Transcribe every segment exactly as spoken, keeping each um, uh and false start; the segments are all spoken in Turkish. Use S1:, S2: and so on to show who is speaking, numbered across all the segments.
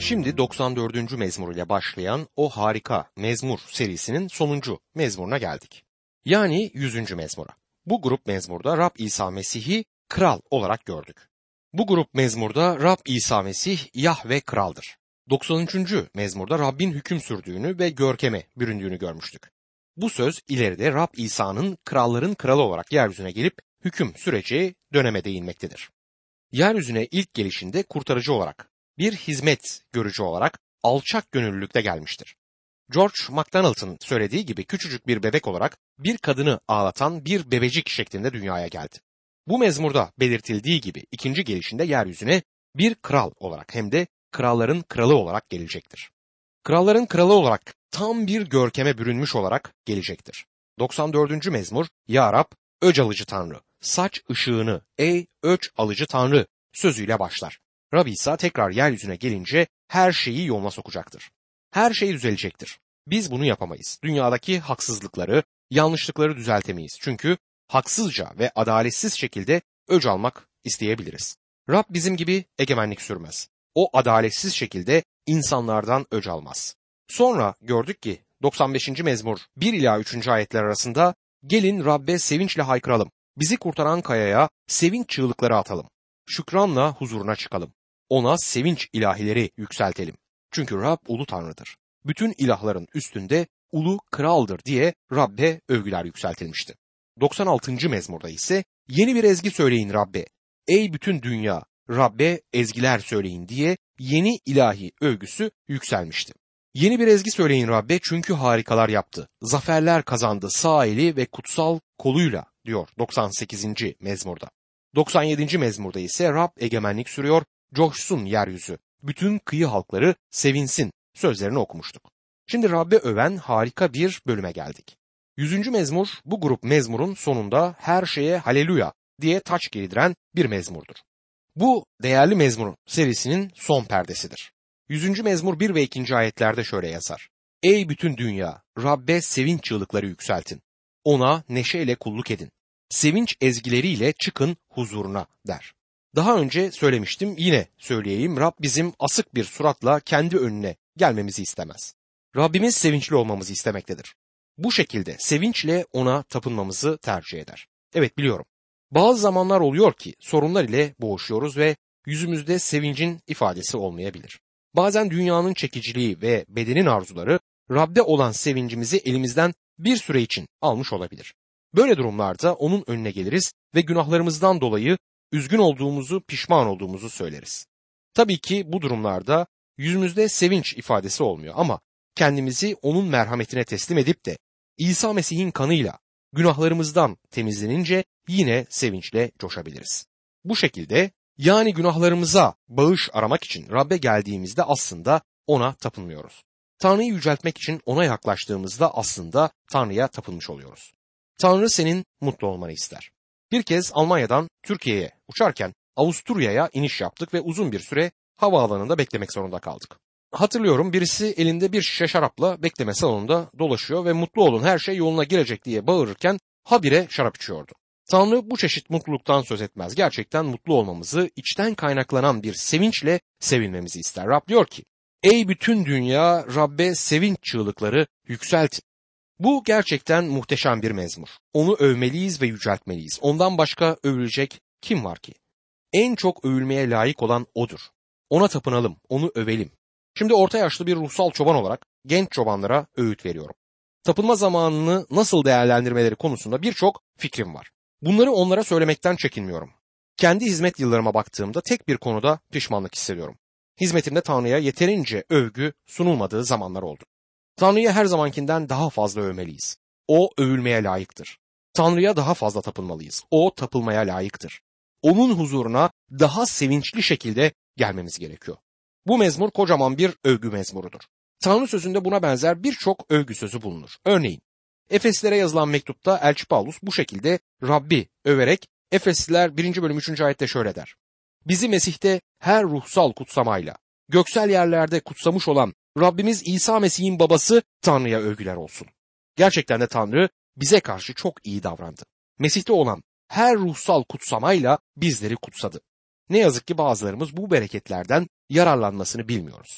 S1: Şimdi doksan dördüncü mezmur ile başlayan o harika mezmur serisinin sonuncu mezmuruna geldik. Yani yüzüncü mezmura. Bu grup mezmurda Rab İsa Mesih'i kral olarak gördük. Bu grup mezmurda Rab İsa Mesih Yahve kraldır. doksan üçüncü mezmurda Rabbin hüküm sürdüğünü ve görkeme büründüğünü görmüştük. Bu söz ileride Rab İsa'nın kralların kralı olarak yeryüzüne gelip hüküm süreceği döneme değinmektedir. Yeryüzüne ilk gelişinde kurtarıcı olarak, bir hizmet görücü olarak alçak gönüllülükte gelmiştir. George MacDonald'ın söylediği gibi küçücük bir bebek olarak bir kadını ağlatan bir bebecik şeklinde dünyaya geldi. Bu mezmurda belirtildiği gibi ikinci gelişinde yeryüzüne bir kral olarak hem de kralların kralı olarak gelecektir. Kralların kralı olarak tam bir görkeme bürünmüş olarak gelecektir. doksan dördüncü mezmur Ya Rab, öc alıcı Tanrı, saç ışığını ey öc alıcı Tanrı sözüyle başlar. Rab İsa tekrar yeryüzüne gelince her şeyi yoluna sokacaktır. Her şey düzelecektir. Biz bunu yapamayız. Dünyadaki haksızlıkları, yanlışlıkları düzeltemeyiz. Çünkü haksızca ve adaletsiz şekilde öc almak isteyebiliriz. Rab bizim gibi egemenlik sürmez. O adaletsiz şekilde insanlardan öc almaz. Sonra gördük ki doksan beşinci mezmur bir ila üçüncü ayetler arasında gelin Rabbe sevinçle haykıralım. Bizi kurtaran kayaya sevinç çığlıkları atalım. Şükranla huzuruna çıkalım. Ona sevinç ilahileri yükseltelim. Çünkü Rab ulu Tanrı'dır. Bütün ilahların üstünde ulu kraldır diye Rabbe övgüler yükseltilmişti. doksan altıncı mezmurda ise yeni bir ezgi söyleyin Rabbe. Ey bütün dünya Rabbe ezgiler söyleyin diye yeni ilahi övgüsü yükselmişti. Yeni bir ezgi söyleyin Rabbe çünkü harikalar yaptı. Zaferler kazandı sağ eli ve kutsal koluyla diyor doksan sekizinci mezmurda. doksan yedinci mezmurda ise Rab egemenlik sürüyor, coşsun yeryüzü, bütün kıyı halkları sevinsin sözlerini okumuştuk. Şimdi Rabbe öven harika bir bölüme geldik. yüzüncü mezmur bu grup mezmurun sonunda her şeye haleluya diye taç giydiren bir mezmurdur. Bu değerli mezmur serisinin son perdesidir. yüzüncü mezmur bir ve ikinci ayetlerde şöyle yazar. Ey bütün dünya, Rabbe sevinç çığlıkları yükseltin. Ona neşeyle kulluk edin. Sevinç ezgileriyle çıkın huzuruna der. Daha önce söylemiştim, yine söyleyeyim. Rab bizim asık bir suratla kendi önüne gelmemizi istemez. Rabbimiz sevinçli olmamızı istemektedir. Bu şekilde sevinçle ona tapınmamızı tercih eder. Evet biliyorum. Bazı zamanlar oluyor ki sorunlar ile boğuşuyoruz ve yüzümüzde sevincin ifadesi olmayabilir. Bazen dünyanın çekiciliği ve bedenin arzuları Rab'de olan sevincimizi elimizden bir süre için almış olabilir. Böyle durumlarda onun önüne geliriz ve günahlarımızdan dolayı üzgün olduğumuzu, pişman olduğumuzu söyleriz. Tabii ki bu durumlarda yüzümüzde sevinç ifadesi olmuyor ama kendimizi onun merhametine teslim edip de İsa Mesih'in kanıyla günahlarımızdan temizlenince yine sevinçle coşabiliriz. Bu şekilde yani günahlarımıza bağış aramak için Rab'be geldiğimizde aslında ona tapınmıyoruz. Tanrı'yı yüceltmek için ona yaklaştığımızda aslında Tanrı'ya tapınmış oluyoruz. Tanrı senin mutlu olmanı ister. Bir kez Almanya'dan Türkiye'ye uçarken Avusturya'ya iniş yaptık ve uzun bir süre havaalanında beklemek zorunda kaldık. Hatırlıyorum birisi elinde bir şişe şarapla bekleme salonunda dolaşıyor ve mutlu olun her şey yoluna girecek diye bağırırken habire şarap içiyordu. Tanrı bu çeşit mutluluktan söz etmez. Gerçekten mutlu olmamızı, içten kaynaklanan bir sevinçle sevinmemizi ister. Rab diyor ki, ey bütün dünya Rabbe sevinç çığlıkları yükseltin. Bu gerçekten muhteşem bir mezmur. Onu övmeliyiz ve yüceltmeliyiz. Ondan başka övülecek kim var ki? En çok övülmeye layık olan O'dur. Ona tapınalım, onu övelim. Şimdi orta yaşlı bir ruhsal çoban olarak genç çobanlara öğüt veriyorum. Tapınma zamanını nasıl değerlendirmeleri konusunda birçok fikrim var. Bunları onlara söylemekten çekinmiyorum. Kendi hizmet yıllarıma baktığımda tek bir konuda pişmanlık hissediyorum. Hizmetimde Tanrı'ya yeterince övgü sunulmadığı zamanlar oldu. Tanrı'ya her zamankinden daha fazla övmeliyiz. O övülmeye layıktır. Tanrı'ya daha fazla tapınmalıyız. O tapılmaya layıktır. Onun huzuruna daha sevinçli şekilde gelmemiz gerekiyor. Bu mezmur kocaman bir övgü mezmurudur. Tanrı sözünde buna benzer birçok övgü sözü bulunur. Örneğin Efeslilere yazılan mektupta Elçi Paulus bu şekilde Rabbi överek Efesliler birinci bölüm üçüncü ayette şöyle der. Bizi Mesih'te her ruhsal kutsamayla göksel yerlerde kutsamış olan Rabbimiz İsa Mesih'in babası Tanrı'ya övgüler olsun. Gerçekten de Tanrı bize karşı çok iyi davrandı. Mesih'te olan her ruhsal kutsamayla bizleri kutsadı. Ne yazık ki bazılarımız bu bereketlerden yararlanmasını bilmiyoruz.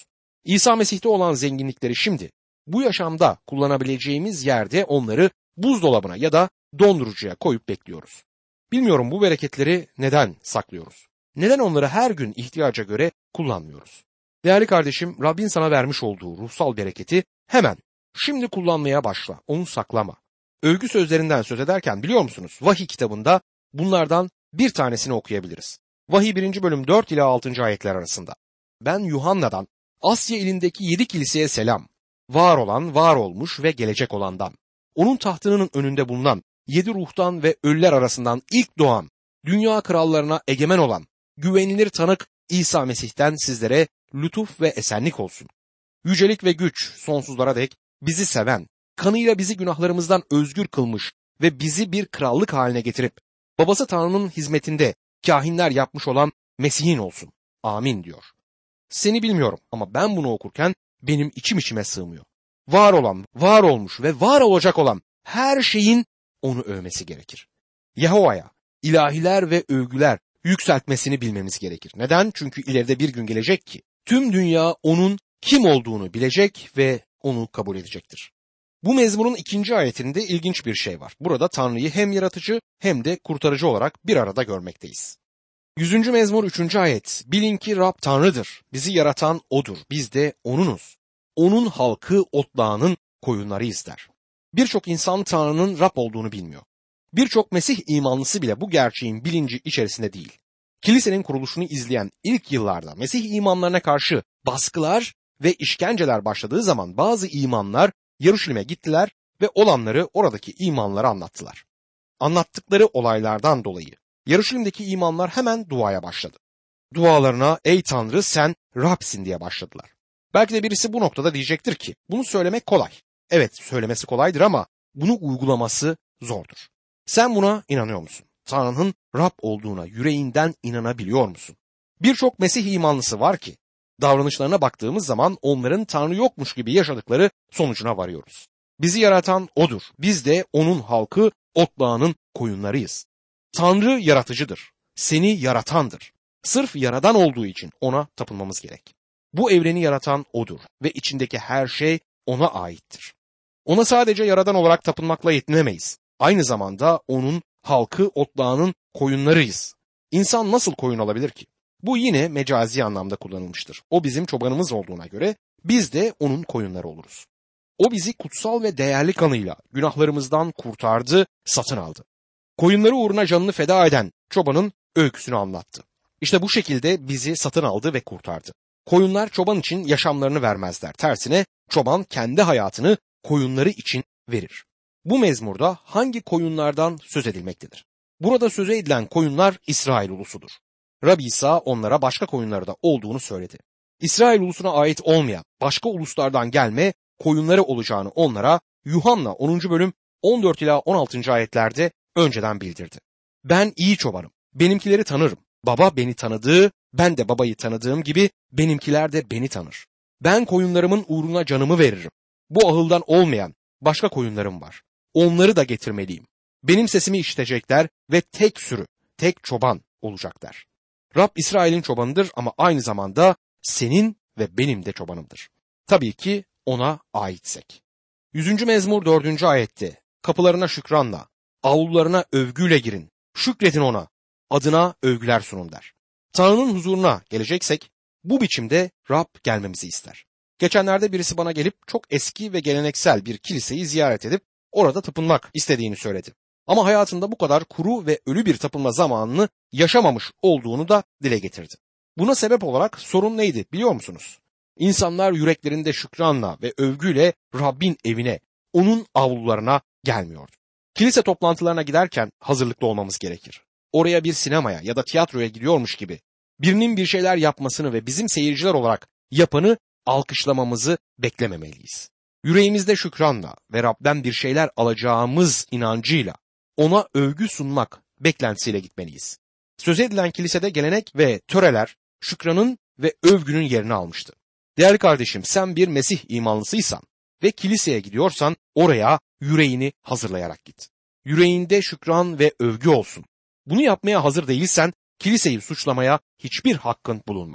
S1: İsa Mesih'te olan zenginlikleri şimdi bu yaşamda kullanabileceğimiz yerde onları buzdolabına ya da dondurucuya koyup bekliyoruz. Bilmiyorum bu bereketleri neden saklıyoruz? Neden onları her gün ihtiyaca göre kullanmıyoruz? Değerli kardeşim, Rabbin sana vermiş olduğu ruhsal bereketi hemen şimdi kullanmaya başla, onu saklama. Övgü sözlerinden söz ederken biliyor musunuz? Vahiy kitabında bunlardan bir tanesini okuyabiliriz. Vahiy birinci bölüm dört ila altıncı ayetler arasında. Ben Yuhanna'dan, Asya ilindeki yedi kiliseye selam. Var olan, var olmuş ve gelecek olandan. Onun tahtının önünde bulunan yedi ruhtan ve ölüler arasından ilk doğan, dünya krallarına egemen olan, güvenilir tanık İsa Mesih'ten sizlere lütuf ve esenlik olsun. Yücelik ve güç sonsuzlara dek bizi seven, kanıyla bizi günahlarımızdan özgür kılmış ve bizi bir krallık haline getirip babası Tanrı'nın hizmetinde kahinler yapmış olan Mesih'in olsun. Amin diyor. Seni bilmiyorum ama ben bunu okurken benim içim içime sığmıyor. Var olan, var olmuş ve var olacak olan her şeyin onu övmesi gerekir. Yahova'ya ilahiler ve övgüler yükseltmesini bilmemiz gerekir. Neden? Çünkü ileride bir gün gelecek ki tüm dünya onun kim olduğunu bilecek ve onu kabul edecektir. Bu mezmurun ikinci ayetinde ilginç bir şey var. Burada Tanrı'yı hem yaratıcı hem de kurtarıcı olarak bir arada görmekteyiz. Yüzüncü mezmur üçüncü ayet. Bilin ki Rab Tanrı'dır. Bizi yaratan O'dur. Biz de O'nunuz. Onun halkı otlağının koyunlarıyız der. Birçok insan Tanrı'nın Rab olduğunu bilmiyor. Birçok Mesih imanlısı bile bu gerçeğin bilinci içerisinde değil. Kilisenin kuruluşunu izleyen ilk yıllarda Mesih imanlarına karşı baskılar ve işkenceler başladığı zaman bazı imanlar Yaruşilim'e gittiler ve olanları oradaki imanlara anlattılar. Anlattıkları olaylardan dolayı Yaruşilim'deki imanlar hemen duaya başladı. Dualarına ey Tanrı sen Rab'sin diye başladılar. Belki de birisi bu noktada diyecektir ki bunu söylemek kolay. Evet söylemesi kolaydır ama bunu uygulaması zordur. Sen buna inanıyor musun? Tanrı'nın Rab olduğuna yüreğinden inanabiliyor musun? Birçok Mesih imanlısı var ki davranışlarına baktığımız zaman onların Tanrı yokmuş gibi yaşadıkları sonucuna varıyoruz. Bizi yaratan O'dur. Biz de O'nun halkı, otlağının koyunlarıyız. Tanrı yaratıcıdır. Seni yaratandır. Sırf yaradan olduğu için O'na tapınmamız gerek. Bu evreni yaratan O'dur ve içindeki her şey O'na aittir. Ona sadece yaradan olarak tapınmakla yetinemeyiz. Aynı zamanda O'nun halkı, otlağının koyunlarıyız. İnsan nasıl koyun olabilir ki? Bu yine mecazi anlamda kullanılmıştır. O bizim çobanımız olduğuna göre biz de onun koyunları oluruz. O bizi kutsal ve değerli kanıyla günahlarımızdan kurtardı, satın aldı. Koyunları uğruna canını feda eden çobanın öyküsünü anlattı. İşte bu şekilde bizi satın aldı ve kurtardı. Koyunlar çoban için yaşamlarını vermezler. Tersine çoban kendi hayatını koyunları için verir. Bu mezmurda hangi koyunlardan söz edilmektedir? Burada söze edilen koyunlar İsrail ulusudur. Rabbi İsa onlara başka koyunları da olduğunu söyledi. İsrail ulusuna ait olmayan başka uluslardan gelme koyunları olacağını onlara Yuhanna onuncu bölüm on dört ila on altıncı ayetlerde önceden bildirdi. Ben iyi çobanım, benimkileri tanırım. Baba beni tanıdığı, ben de babayı tanıdığım gibi benimkiler de beni tanır. Ben koyunlarımın uğruna canımı veririm. Bu ahıldan olmayan başka koyunlarım var. Onları da getirmeliyim. Benim sesimi işitecekler ve tek sürü, tek çoban olacaklar. Rab İsrail'in çobanıdır ama aynı zamanda senin ve benim de çobanımdır. Tabii ki ona aitsek. Yüzüncü mezmur dördüncü ayette kapılarına şükranla, avlularına övgüyle girin, şükredin ona, adına övgüler sunun der. Tanrı'nın huzuruna geleceksek bu biçimde Rab gelmemizi ister. Geçenlerde birisi bana gelip çok eski ve geleneksel bir kiliseyi ziyaret edip orada tapınmak istediğini söyledi. Ama hayatında bu kadar kuru ve ölü bir tapınma zamanını yaşamamış olduğunu da dile getirdi. Buna sebep olarak sorun neydi biliyor musunuz? İnsanlar yüreklerinde şükranla ve övgüyle Rabbin evine, onun avlularına gelmiyordu. Kilise toplantılarına giderken hazırlıklı olmamız gerekir. Oraya bir sinemaya ya da tiyatroya gidiyormuş gibi birinin bir şeyler yapmasını ve bizim seyirciler olarak yapanı alkışlamamızı beklememeliyiz. Yüreğimizde şükranla ve Rab'den bir şeyler alacağımız inancıyla ona övgü sunmak beklentisiyle gitmeliyiz. Söz edilen kilisede gelenek ve töreler şükranın ve övgünün yerini almıştı. Değerli kardeşim, sen bir Mesih imanlısıysan ve kiliseye gidiyorsan oraya yüreğini hazırlayarak git. Yüreğinde şükran ve övgü olsun. Bunu yapmaya hazır değilsen kiliseyi suçlamaya hiçbir hakkın bulunmaz.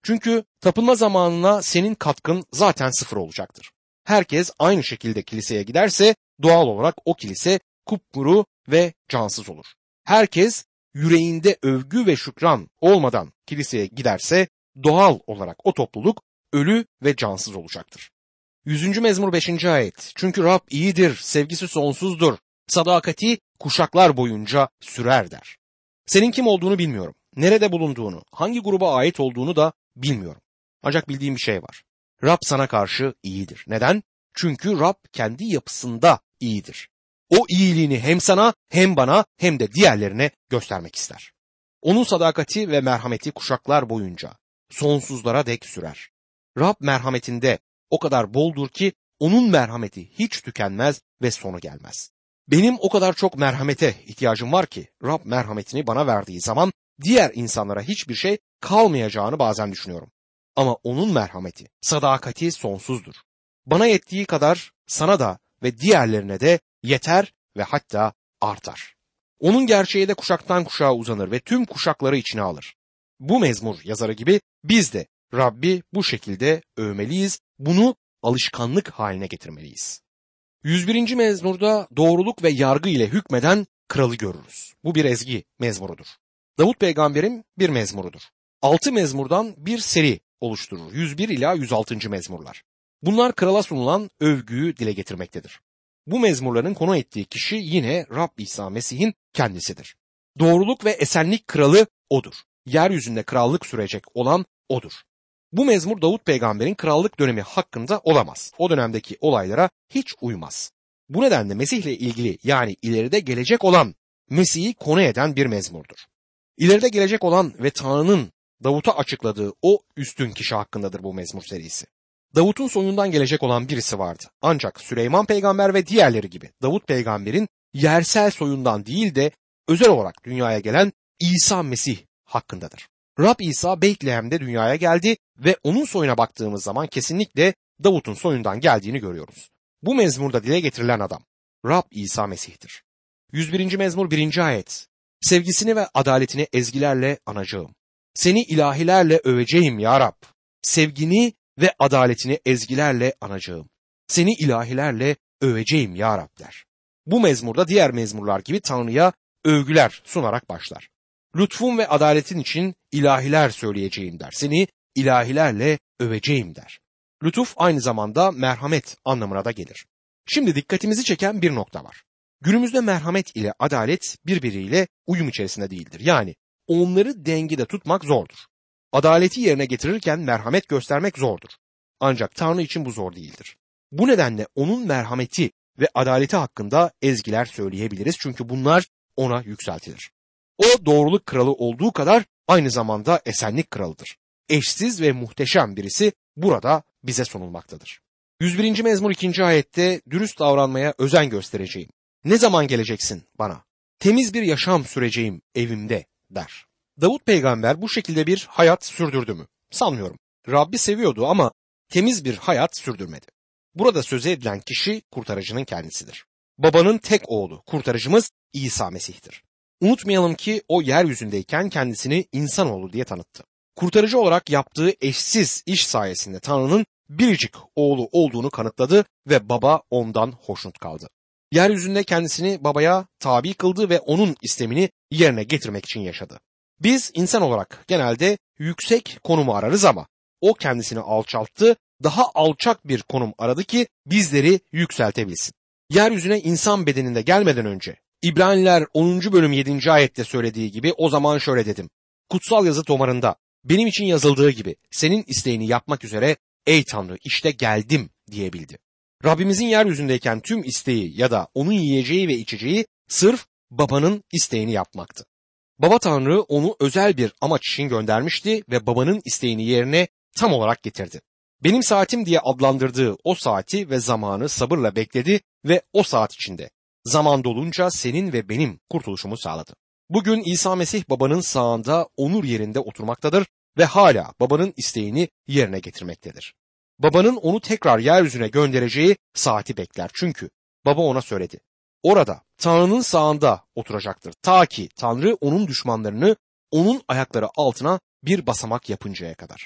S1: Çünkü tapınma zamanına senin katkın zaten sıfır olacaktır. Herkes aynı şekilde kiliseye giderse doğal olarak o kilise kupkuru ve cansız olur. Herkes yüreğinde övgü ve şükran olmadan kiliseye giderse doğal olarak o topluluk ölü ve cansız olacaktır. yüzüncü mezmur beşinci ayet. Çünkü Rab iyidir, sevgisi sonsuzdur, sadakati kuşaklar boyunca sürer der. Senin kim olduğunu bilmiyorum. Nerede bulunduğunu, hangi gruba ait olduğunu da bilmiyorum. Ancak bildiğim bir şey var. Rab sana karşı iyidir. Neden? Çünkü Rab kendi yapısında iyidir. O iyiliğini hem sana hem bana hem de diğerlerine göstermek ister. Onun sadakati ve merhameti kuşaklar boyunca sonsuzlara dek sürer. Rab merhametinde o kadar boldur ki onun merhameti hiç tükenmez ve sonu gelmez. Benim o kadar çok merhamete ihtiyacım var ki Rab merhametini bana verdiği zaman diğer insanlara hiçbir şey kalmayacağını bazen düşünüyorum. Ama onun merhameti, sadakati sonsuzdur. Bana yettiği kadar sana da ve diğerlerine de yeter ve hatta artar. Onun gerçeği de kuşaktan kuşağa uzanır ve tüm kuşakları içine alır. Bu mezmur yazarı gibi biz de Rabbi bu şekilde övmeliyiz, bunu alışkanlık haline getirmeliyiz. yüz birinci mezmurda doğruluk ve yargı ile hükmeden kralı görürüz. Bu bir ezgi mezmurudur. Davut peygamberin bir mezmurudur. Altı mezmurdan bir seri oluşturur. yüz bir ila yüz altıncı mezmurlar. Bunlar krala sunulan övgüyü dile getirmektedir. Bu mezmurların konu ettiği kişi yine Rab İsa Mesih'in kendisidir. Doğruluk ve esenlik kralı odur. Yeryüzünde krallık sürecek olan odur. Bu mezmur Davut peygamberin krallık dönemi hakkında olamaz. O dönemdeki olaylara hiç uymaz. Bu nedenle Mesih'le ilgili yani ileride gelecek olan Mesih'i konu eden bir mezmurdur. İleride gelecek olan ve Tanrı'nın Davut'a açıkladığı o üstün kişi hakkındadır bu mezmur serisi. Davut'un soyundan gelecek olan birisi vardı. Ancak Süleyman peygamber ve diğerleri gibi Davut peygamberin yersel soyundan değil de özel olarak dünyaya gelen İsa Mesih hakkındadır. Rab İsa Betlehem'de dünyaya geldi ve onun soyuna baktığımız zaman kesinlikle Davut'un soyundan geldiğini görüyoruz. Bu mezmurda dile getirilen adam Rab İsa Mesih'tir. yüz birinci mezmur birinci ayet. Sevgisini ve adaletini ezgilerle anacağım. Seni ilahilerle öveceğim ya Rab. Sevgini ve adaletini ezgilerle anacağım. Seni ilahilerle öveceğim ya Rab der. Bu mezmurda diğer mezmurlar gibi Tanrı'ya övgüler sunarak başlar. Lütfun ve adaletin için ilahiler söyleyeceğim der. Seni ilahilerle öveceğim der. Lütuf aynı zamanda merhamet anlamına da gelir. Şimdi dikkatimizi çeken bir nokta var. Günümüzde merhamet ile adalet birbiriyle uyum içerisinde değildir. Yani onları dengede tutmak zordur. Adaleti yerine getirirken merhamet göstermek zordur. Ancak Tanrı için bu zor değildir. Bu nedenle onun merhameti ve adaleti hakkında ezgiler söyleyebiliriz. Çünkü bunlar ona yükseltilir. O doğruluk kralı olduğu kadar aynı zamanda esenlik kralıdır. Eşsiz ve muhteşem birisi burada bize sunulmaktadır. yüz birinci mezmur ikinci ayette dürüst davranmaya özen göstereceğim. Ne zaman geleceksin bana? Temiz bir yaşam süreceğim evimde der. Davut peygamber bu şekilde bir hayat sürdürdü mü? Sanmıyorum. Rabbi seviyordu ama temiz bir hayat sürdürmedi. Burada söz edilen kişi kurtarıcının kendisidir. Babanın tek oğlu, kurtarıcımız İsa Mesih'tir. Unutmayalım ki o yeryüzündeyken kendisini insanoğlu diye tanıttı. Kurtarıcı olarak yaptığı eşsiz iş sayesinde Tanrı'nın biricik oğlu olduğunu kanıtladı ve baba ondan hoşnut kaldı. Yeryüzünde kendisini babaya tabi kıldı ve onun istemini yerine getirmek için yaşadı. Biz insan olarak genelde yüksek konumu ararız ama o kendisini alçalttı, daha alçak bir konum aradı ki bizleri yükseltebilsin. Yeryüzüne insan bedeninde gelmeden önce İbraniler onuncu bölüm yedinci ayette söylediği gibi o zaman şöyle dedim. Kutsal yazı tomarında benim için yazıldığı gibi senin isteğini yapmak üzere ey Tanrı işte geldim diyebildi. Rabbimizin yeryüzündeyken tüm isteği ya da onun yiyeceği ve içeceği sırf babanın isteğini yapmaktı. Baba Tanrı onu özel bir amaç için göndermişti ve babanın isteğini yerine tam olarak getirdi. Benim saatim diye adlandırdığı o saati ve zamanı sabırla bekledi ve o saat içinde zaman dolunca senin ve benim kurtuluşumu sağladı. Bugün İsa Mesih babanın sağında onur yerinde oturmaktadır ve hala babanın isteğini yerine getirmektedir. Babanın onu tekrar yeryüzüne göndereceği saati bekler çünkü baba ona söyledi. Orada Tanrı'nın sağında oturacaktır ta ki Tanrı onun düşmanlarını onun ayakları altına bir basamak yapıncaya kadar.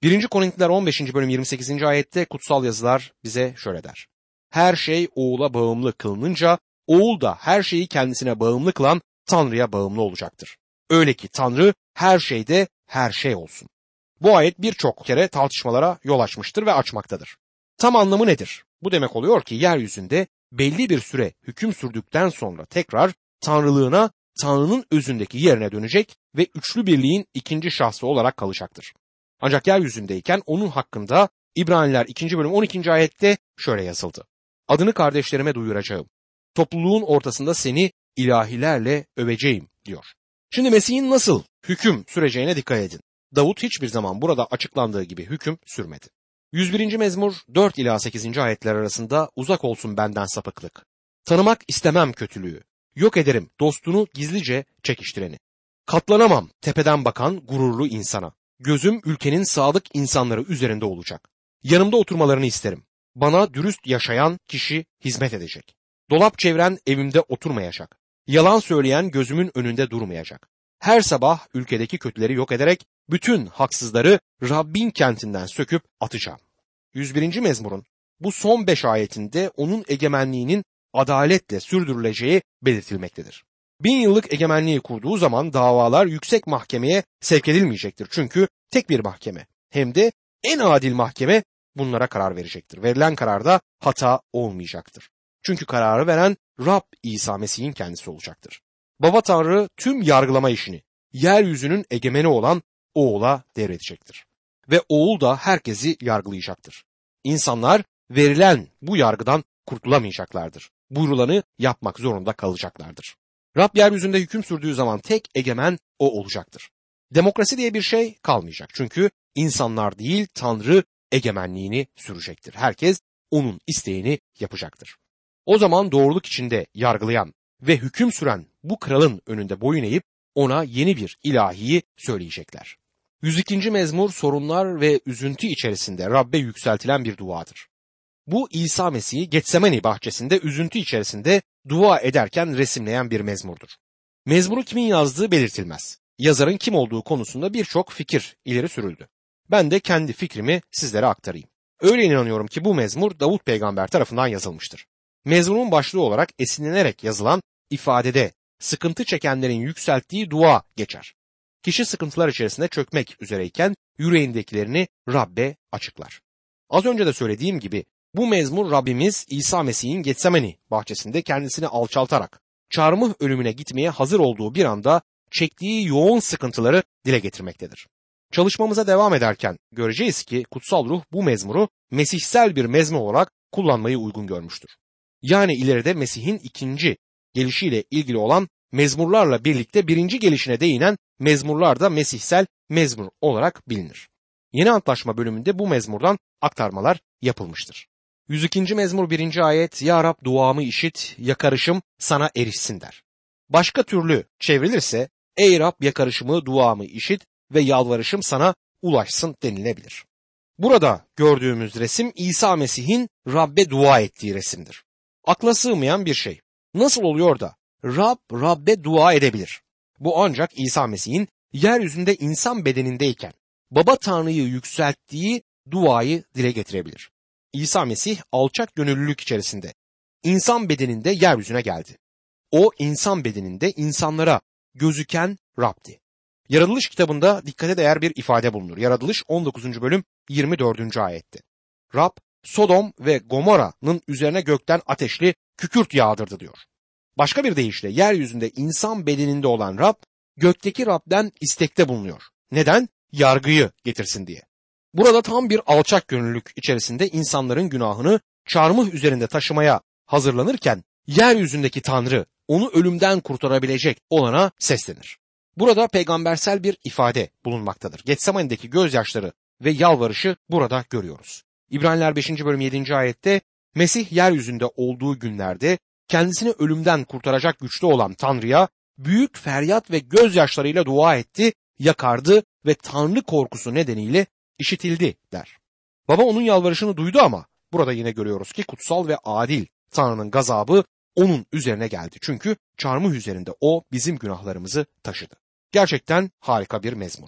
S1: birinci Korintiler on beşinci bölüm yirmi sekizinci ayette kutsal yazılar bize şöyle der. Her şey oğula bağımlı kılınınca oğul da her şeyi kendisine bağımlı kılan Tanrı'ya bağımlı olacaktır. Öyle ki Tanrı her şeyde her şey olsun. Bu ayet birçok kere tartışmalara yol açmıştır ve açmaktadır. Tam anlamı nedir? Bu demek oluyor ki yeryüzünde belli bir süre hüküm sürdükten sonra tekrar tanrılığına, Tanrı'nın özündeki yerine dönecek ve üçlü birliğin ikinci şahsı olarak kalacaktır. Ancak yeryüzündeyken onun hakkında İbraniler ikinci bölüm on ikinci ayette şöyle yazıldı. Adını kardeşlerime duyuracağım. Topluluğun ortasında seni ilahilerle öveceğim diyor. Şimdi Mesih'in nasıl hüküm süreceğine dikkat edin. Davut hiçbir zaman burada açıklandığı gibi hüküm sürmedi. yüz birinci mezmur dört ila sekizinci ayetler arasında uzak olsun benden sapıklık. Tanımak istemem kötülüğü. Yok ederim dostunu gizlice çekiştireni. Katlanamam tepeden bakan gururlu insana. Gözüm ülkenin sadık insanları üzerinde olacak. Yanımda oturmalarını isterim. Bana dürüst yaşayan kişi hizmet edecek. Dolap çevren evimde oturmayacak. Yalan söyleyen gözümün önünde durmayacak. Her sabah ülkedeki kötüleri yok ederek bütün haksızları Rabbin kentinden söküp atacağım. yüz birinci mezmurun bu son beş ayetinde onun egemenliğinin adaletle sürdürüleceği belirtilmektedir. Bin yıllık egemenliği kurduğu zaman davalar yüksek mahkemeye sevk edilmeyecektir. Çünkü tek bir mahkeme hem de en adil mahkeme bunlara karar verecektir. Verilen kararda hata olmayacaktır. Çünkü kararı veren Rab İsa Mesih'in kendisi olacaktır. Baba Tanrı tüm yargılama işini yeryüzünün egemeni olan oğula devredecektir. Ve oğul da herkesi yargılayacaktır. İnsanlar verilen bu yargıdan kurtulamayacaklardır. Buyrulanı yapmak zorunda kalacaklardır. Rab yeryüzünde hüküm sürdüğü zaman tek egemen o olacaktır. Demokrasi diye bir şey kalmayacak. Çünkü insanlar değil Tanrı egemenliğini sürecektir. Herkes onun isteğini yapacaktır. O zaman doğruluk içinde yargılayan ve hüküm süren bu kralın önünde boyun eğip ona yeni bir ilahiyi söyleyecekler. yüz ikinci mezmur sorunlar ve üzüntü içerisinde Rabbe yükseltilen bir duadır. Bu İsa Mesih'i Getsemani bahçesinde üzüntü içerisinde dua ederken resimleyen bir mezmurdur. Mezmuru kimin yazdığı belirtilmez. Yazarın kim olduğu konusunda birçok fikir ileri sürüldü. Ben de kendi fikrimi sizlere aktarayım. Öyle inanıyorum ki bu mezmur Davut peygamber tarafından yazılmıştır. Mezmurun başlığı olarak esinlenerek yazılan ifadede sıkıntı çekenlerin yükselttiği dua geçer. Kişi sıkıntılar içerisinde çökmek üzereyken yüreğindekilerini Rabbe açıklar. Az önce de söylediğim gibi bu mezmur Rabbimiz İsa Mesih'in Getsemani bahçesinde kendisini alçaltarak çarmıh ölümüne gitmeye hazır olduğu bir anda çektiği yoğun sıkıntıları dile getirmektedir. Çalışmamıza devam ederken göreceğiz ki kutsal ruh bu mezmuru mesihsel bir mezmur olarak kullanmayı uygun görmüştür. Yani ileride Mesih'in ikinci gelişiyle ilgili olan mezmurlarla birlikte birinci gelişine değinen mezmurlar da mesihsel mezmur olarak bilinir. Yeni Antlaşma bölümünde bu mezmurdan aktarmalar yapılmıştır. yüz ikinci mezmur birinci ayet Ya Rab duamı işit, yakarışım sana erişsin der. Başka türlü çevrilirse Ey Rab yakarışımı duamı işit ve yalvarışım sana ulaşsın denilebilir. Burada gördüğümüz resim İsa Mesih'in Rabbe dua ettiği resimdir. Akla sığmayan bir şey. Nasıl oluyor da Rab Rabbe dua edebilir? Bu ancak İsa Mesih'in yeryüzünde insan bedenindeyken Baba Tanrı'yı yükselttiği duayı dile getirebilir. İsa Mesih alçak gönüllülük içerisinde insan bedeninde yeryüzüne geldi. O insan bedeninde insanlara gözüken Rab'di. Yaratılış kitabında dikkate değer bir ifade bulunur. Yaratılış on dokuzuncu bölüm yirmi dördüncü ayette. Rab Sodom ve Gomorra'nın üzerine gökten ateşli kükürt yağdırdı diyor. Başka bir deyişle yeryüzünde insan bedeninde olan Rab gökteki Rab'den istekte bulunuyor. Neden? Yargıyı getirsin diye. Burada tam bir alçak gönüllülük içerisinde insanların günahını çarmıh üzerinde taşımaya hazırlanırken yeryüzündeki Tanrı onu ölümden kurtarabilecek olana seslenir. Burada peygambersel bir ifade bulunmaktadır. Getsemani'deki gözyaşları ve yalvarışı burada görüyoruz. İbraniler beşinci bölüm yedinci ayette Mesih yeryüzünde olduğu günlerde kendisini ölümden kurtaracak güçte olan Tanrı'ya büyük feryat ve gözyaşlarıyla dua etti, yakardı ve Tanrı korkusu nedeniyle işitildi der. Baba onun yalvarışını duydu ama burada yine görüyoruz ki kutsal ve adil Tanrı'nın gazabı onun üzerine geldi. Çünkü çarmıh üzerinde o bizim günahlarımızı taşıdı. Gerçekten harika bir mezmur.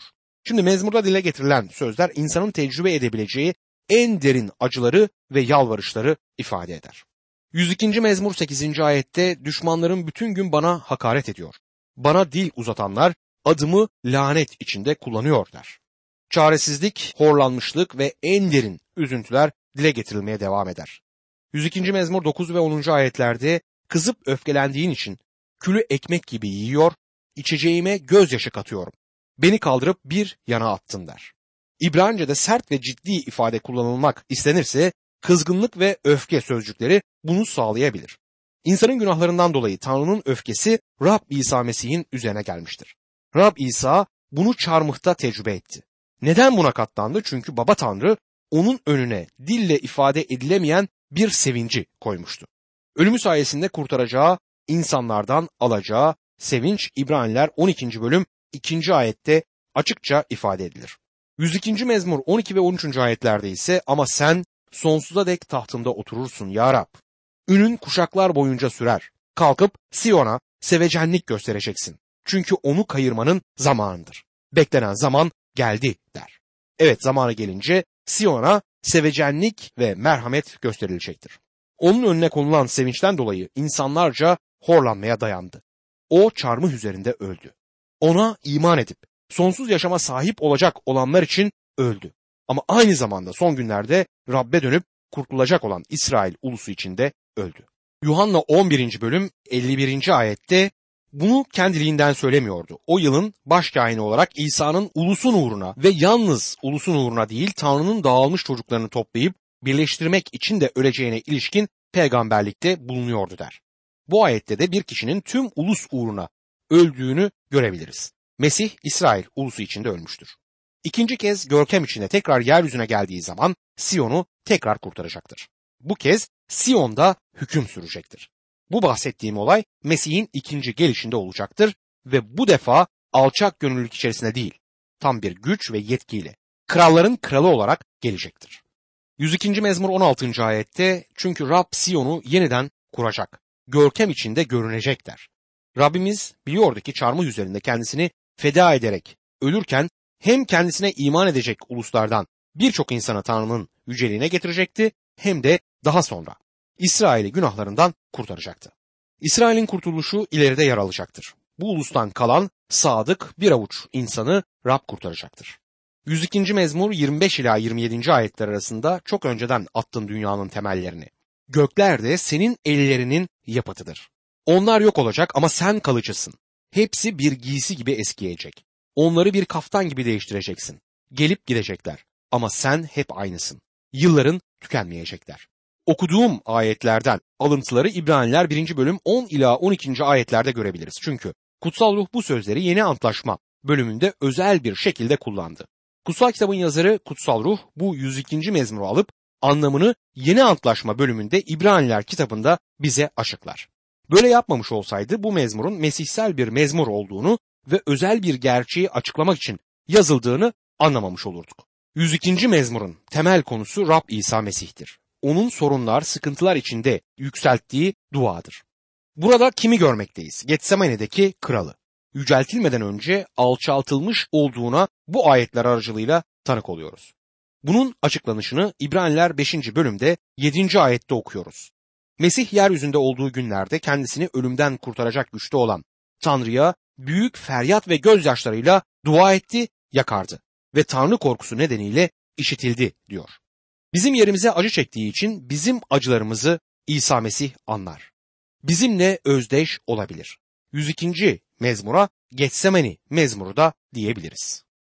S1: Şimdi mezmurda dile getirilen sözler insanın tecrübe edebileceği en derin acıları ve yalvarışları ifade eder. yüz ikinci mezmur sekizinci ayette düşmanlarım bütün gün bana hakaret ediyor. Bana dil uzatanlar adımı lanet içinde kullanıyor der. Çaresizlik, horlanmışlık ve en derin üzüntüler dile getirilmeye devam eder. yüz ikinci mezmur dokuz ve onuncu ayetlerde kızıp öfkelendiğin için külü ekmek gibi yiyor, içeceğime gözyaşı katıyorum. Beni kaldırıp bir yana attın der. İbranice'de sert ve ciddi ifade kullanılmak istenirse kızgınlık ve öfke sözcükleri bunu sağlayabilir. İnsanın günahlarından dolayı Tanrı'nın öfkesi Rab İsa Mesih'in üzerine gelmiştir. Rab İsa bunu çarmıhta tecrübe etti. Neden buna katlandı? Çünkü Baba Tanrı onun önüne dille ifade edilemeyen bir sevinci koymuştu. Ölümü sayesinde kurtaracağı insanlardan alacağı sevinç İbraniler on ikinci bölüm ikinci ayette açıkça ifade edilir. yüz ikinci mezmur on iki ve on üçüncü ayetlerde ise ama sen sonsuza dek tahtında oturursun ya Rab. Ünün kuşaklar boyunca sürer. Kalkıp Siyon'a sevecenlik göstereceksin. Çünkü onu kayırmanın zamanıdır. Beklenen zaman geldi der. Evet, zamanı gelince Siyon'a sevecenlik ve merhamet gösterilecektir. Onun önüne konulan sevinçten dolayı insanlarca horlanmaya dayandı. O çarmıh üzerinde öldü. Ona iman edip sonsuz yaşama sahip olacak olanlar için öldü. Ama aynı zamanda son günlerde Rabbe dönüp kurtulacak olan İsrail ulusu için de öldü. Yuhanna on birinci bölüm elli birinci ayette bunu kendiliğinden söylemiyordu. O yılın başkâhini olarak İsa'nın ulusun uğruna ve yalnız ulusun uğruna değil Tanrı'nın dağılmış çocuklarını toplayıp birleştirmek için de öleceğine ilişkin peygamberlikte bulunuyordu der. Bu ayette de bir kişinin tüm ulus uğruna öldüğünü görebiliriz. Mesih İsrail ulusu içinde ölmüştür. İkinci kez görkem içinde tekrar yeryüzüne geldiği zaman Siyon'u tekrar kurtaracaktır. Bu kez Siyon'da hüküm sürecektir. Bu bahsettiğim olay Mesih'in ikinci gelişinde olacaktır ve bu defa alçak gönüllülük içerisinde değil, tam bir güç ve yetkiyle, kralların kralı olarak gelecektir. yüz ikinci mezmur on altıncı ayette çünkü Rab Siyon'u yeniden kuracak, görkem içinde görünecek der. Rabbimiz biliyordu ki çarmıh üzerinde kendisini feda ederek ölürken hem kendisine iman edecek uluslardan birçok insanı Tanrı'nın yüceliğine getirecekti hem de daha sonra İsrail'i günahlarından kurtaracaktı. İsrail'in kurtuluşu ileride yer alacaktır. Bu ulustan kalan sadık bir avuç insanı Rab kurtaracaktır. yüz ikinci mezmur yirmi beş ila yirmi yedinci ayetler arasında çok önceden attın dünyanın temellerini. Gökler de senin ellerinin yapıtıdır. Onlar yok olacak ama sen kalıcısın. Hepsi bir giysi gibi eskiyecek. Onları bir kaftan gibi değiştireceksin. Gelip gidecekler ama sen hep aynısın. Yılların tükenmeyecekler. Okuduğum ayetlerden alıntıları İbraniler birinci bölüm on ila on ikinci ayetlerde görebiliriz. Çünkü Kutsal Ruh bu sözleri Yeni Antlaşma bölümünde özel bir şekilde kullandı. Kutsal kitabın yazarı Kutsal Ruh bu yüz ikinci mezmuru alıp anlamını Yeni Antlaşma bölümünde İbraniler kitabında bize açıklar. Böyle yapmamış olsaydı bu mezmurun mesihsel bir mezmur olduğunu ve özel bir gerçeği açıklamak için yazıldığını anlamamış olurduk. yüz ikinci mezmurun temel konusu Rab İsa Mesih'tir. Onun sorunlar, sıkıntılar içinde yükselttiği duadır. Burada kimi görmekteyiz? Getsemane'deki kralı. Yüceltilmeden önce alçaltılmış olduğuna bu ayetler aracılığıyla tanık oluyoruz. Bunun açıklanışını İbraniler beşinci bölümde yedinci ayette okuyoruz. Mesih yeryüzünde olduğu günlerde kendisini ölümden kurtaracak güçte olan Tanrı'ya büyük feryat ve gözyaşlarıyla dua etti, yakardı ve Tanrı korkusu nedeniyle işitildi diyor. Bizim yerimize acı çektiği için bizim acılarımızı İsa Mesih anlar. Bizimle özdeş olabilir. yüz ikinci mezmura Getsemani mezmuru da diyebiliriz.